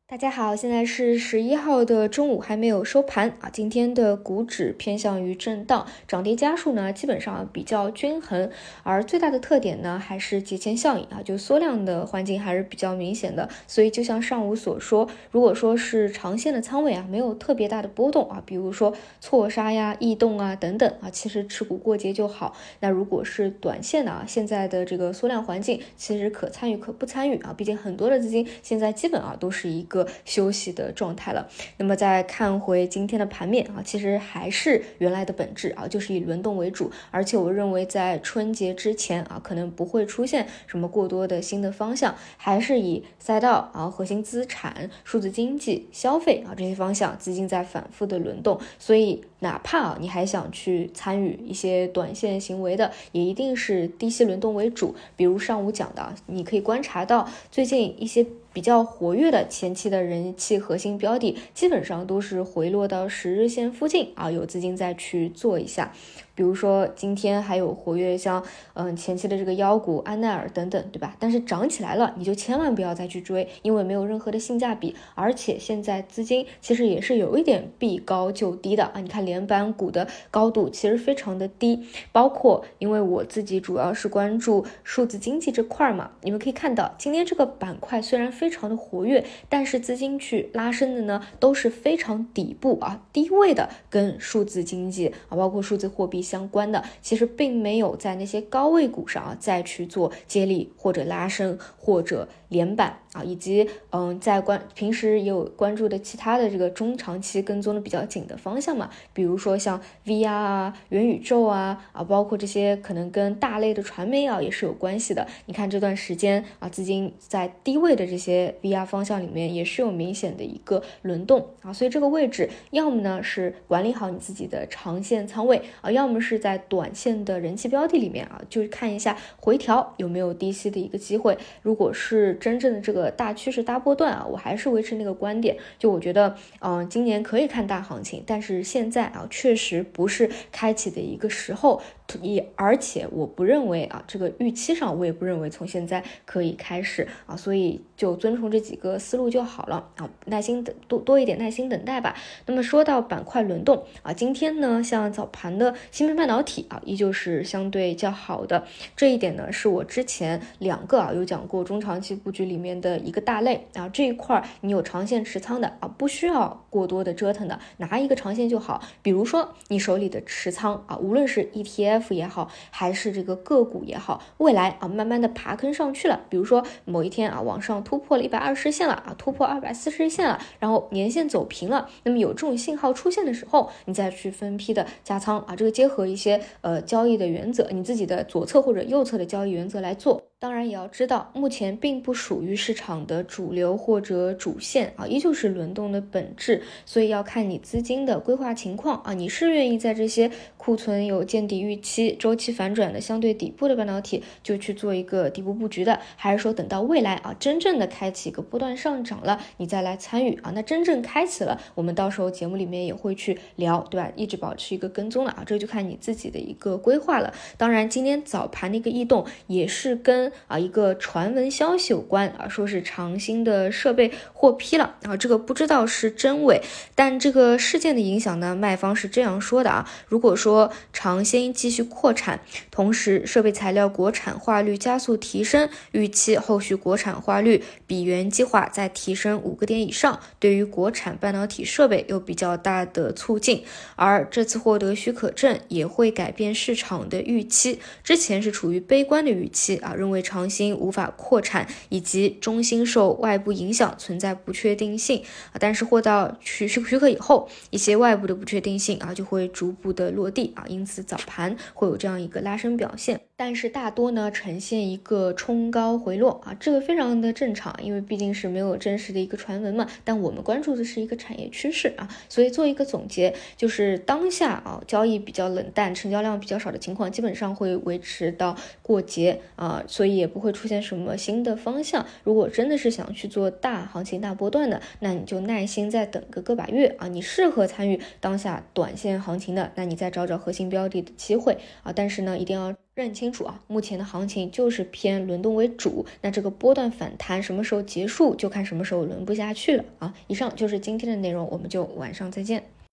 大家好，现在是11号的中午，还没有收盘啊。今天的股指偏向于震荡，涨跌家数呢基本上比较均衡，而最大的特点呢还是节前效应啊，就缩量的环境还是比较明显的。所以就像上午所说，如果说是长线的仓位啊没有特别大的波动啊，比如说错杀呀、异动啊等等啊，其实持股过节就好。那如果是短线的啊，现在的这个缩量环境其实可参与可不参与啊，毕竟很多的资金现在基本啊都是一个休息的状态了。那么再看回今天的盘面啊，其实还是原来的本质啊，就是以轮动为主。而且我认为在春节之前啊，可能不会出现什么过多的新的方向，还是以赛道啊、核心资产、数字经济、消费啊这些方向资金在反复的轮动。所以哪怕你还想去参与一些短线行为的，也一定是低息轮动为主。比如上午讲的，你可以观察到最近一些比较活跃的前期的人气核心标的，基本上都是回落到10日线附近啊，有资金再去做一下。比如说今天还有活跃像前期的这个妖股安奈尔等等，对吧？但是涨起来了，你就千万不要再去追，因为没有任何的性价比，而且现在资金其实也是有一点避高就低的啊。你看连板股的高度其实非常的低，包括因为我自己主要是关注数字经济这块嘛，你们可以看到今天这个板块虽然非常的活跃，但是资金去拉升的呢都是非常底部啊低位的，跟数字经济啊包括数字货币相关的，其实并没有在那些高位股上啊再去做接力或者拉升或者连板啊，以及在平时也有关注的其他的这个中长期跟踪的比较紧的方向嘛，比如说像 VR 啊、元宇宙啊包括这些可能跟大类的传媒啊也是有关系的。你看这段时间啊，资金在低位的这些 VR 方向里面也是有明显的一个轮动啊，所以这个位置要么呢是管理好你自己的长线仓位啊，要么是在短线的人气标的里面啊，就是看一下回调有没有低吸的一个机会。如果是真正的这个大趋势大波段啊，我还是维持那个观点，就我觉得今年可以看大行情，但是现在啊确实不是开启的一个时候，而且我不认为啊这个预期上我也不认为从现在可以开始啊，所以就遵从这几个思路就好了啊，耐心等多一点耐心等待吧。那么说到板块轮动啊，今天呢像早盘的芯片半导体啊依旧是相对较好的，这一点呢是我之前2个有讲过中长期布局里面的一个大类啊，这一块你有长线持仓的啊，不需要过多的折腾的，拿一个长线就好。比如说你手里的持仓啊，无论是 ETF 也好，还是这个个股也好，未来啊慢慢的爬坑上去了，比如说某一天啊往上突破了120线了啊，突破240线了，然后年线走平了，那么有这种信号出现的时候，你再去分批的加仓啊，这个结合一些交易的原则，你自己的左侧或者右侧的交易原则来做。当然也要知道，目前并不属于市场的主流或者主线啊，依旧是轮动的本质，所以要看你资金的规划情况啊，你是愿意在这些库存有见底预期、周期反转的相对底部的半导体就去做一个底部布局的，还是说等到未来啊真正的开启一个波段上涨了，你再来参与啊？那真正开启了，我们到时候节目里面也会去聊，对吧？一直保持一个跟踪了啊，这就看你自己的一个规划了。当然，今天早盘的一个异动也是跟一个传闻消息有关啊，说是长兴的设备获批了啊，这个不知道是真伪，但这个事件的影响呢，卖方是这样说的啊，如果说长兴继续扩产，同时设备材料国产化率加速提升，预期后续国产化率比原计划再提升5个点以上，对于国产半导体设备有比较大的促进。而这次获得许可证也会改变市场的预期，之前是处于悲观的预期啊，认为长兴无法扩产，以及中兴受外部影响存在不确定性啊，但是获到许可以后，一些外部的不确定性啊就会逐步的落地啊，因此早盘会有这样一个拉升表现，但是大多呢呈现一个冲高回落啊，这个非常的正常，因为毕竟是没有真实的一个传闻嘛，但我们关注的是一个产业趋势啊，所以做一个总结，就是当下啊交易比较冷淡，成交量比较少的情况，基本上会维持到过节啊，所以也不会出现什么新的方向。如果真的是想去做大行情大波段的，那你就耐心再等个把月啊，你适合参与当下短线行情的，那你再找找核心标的的机会啊，但是呢一定要认清楚啊，目前的行情就是偏轮动为主，那这个波段反弹什么时候结束，就看什么时候轮不下去了啊。以上就是今天的内容，我们就晚上再见。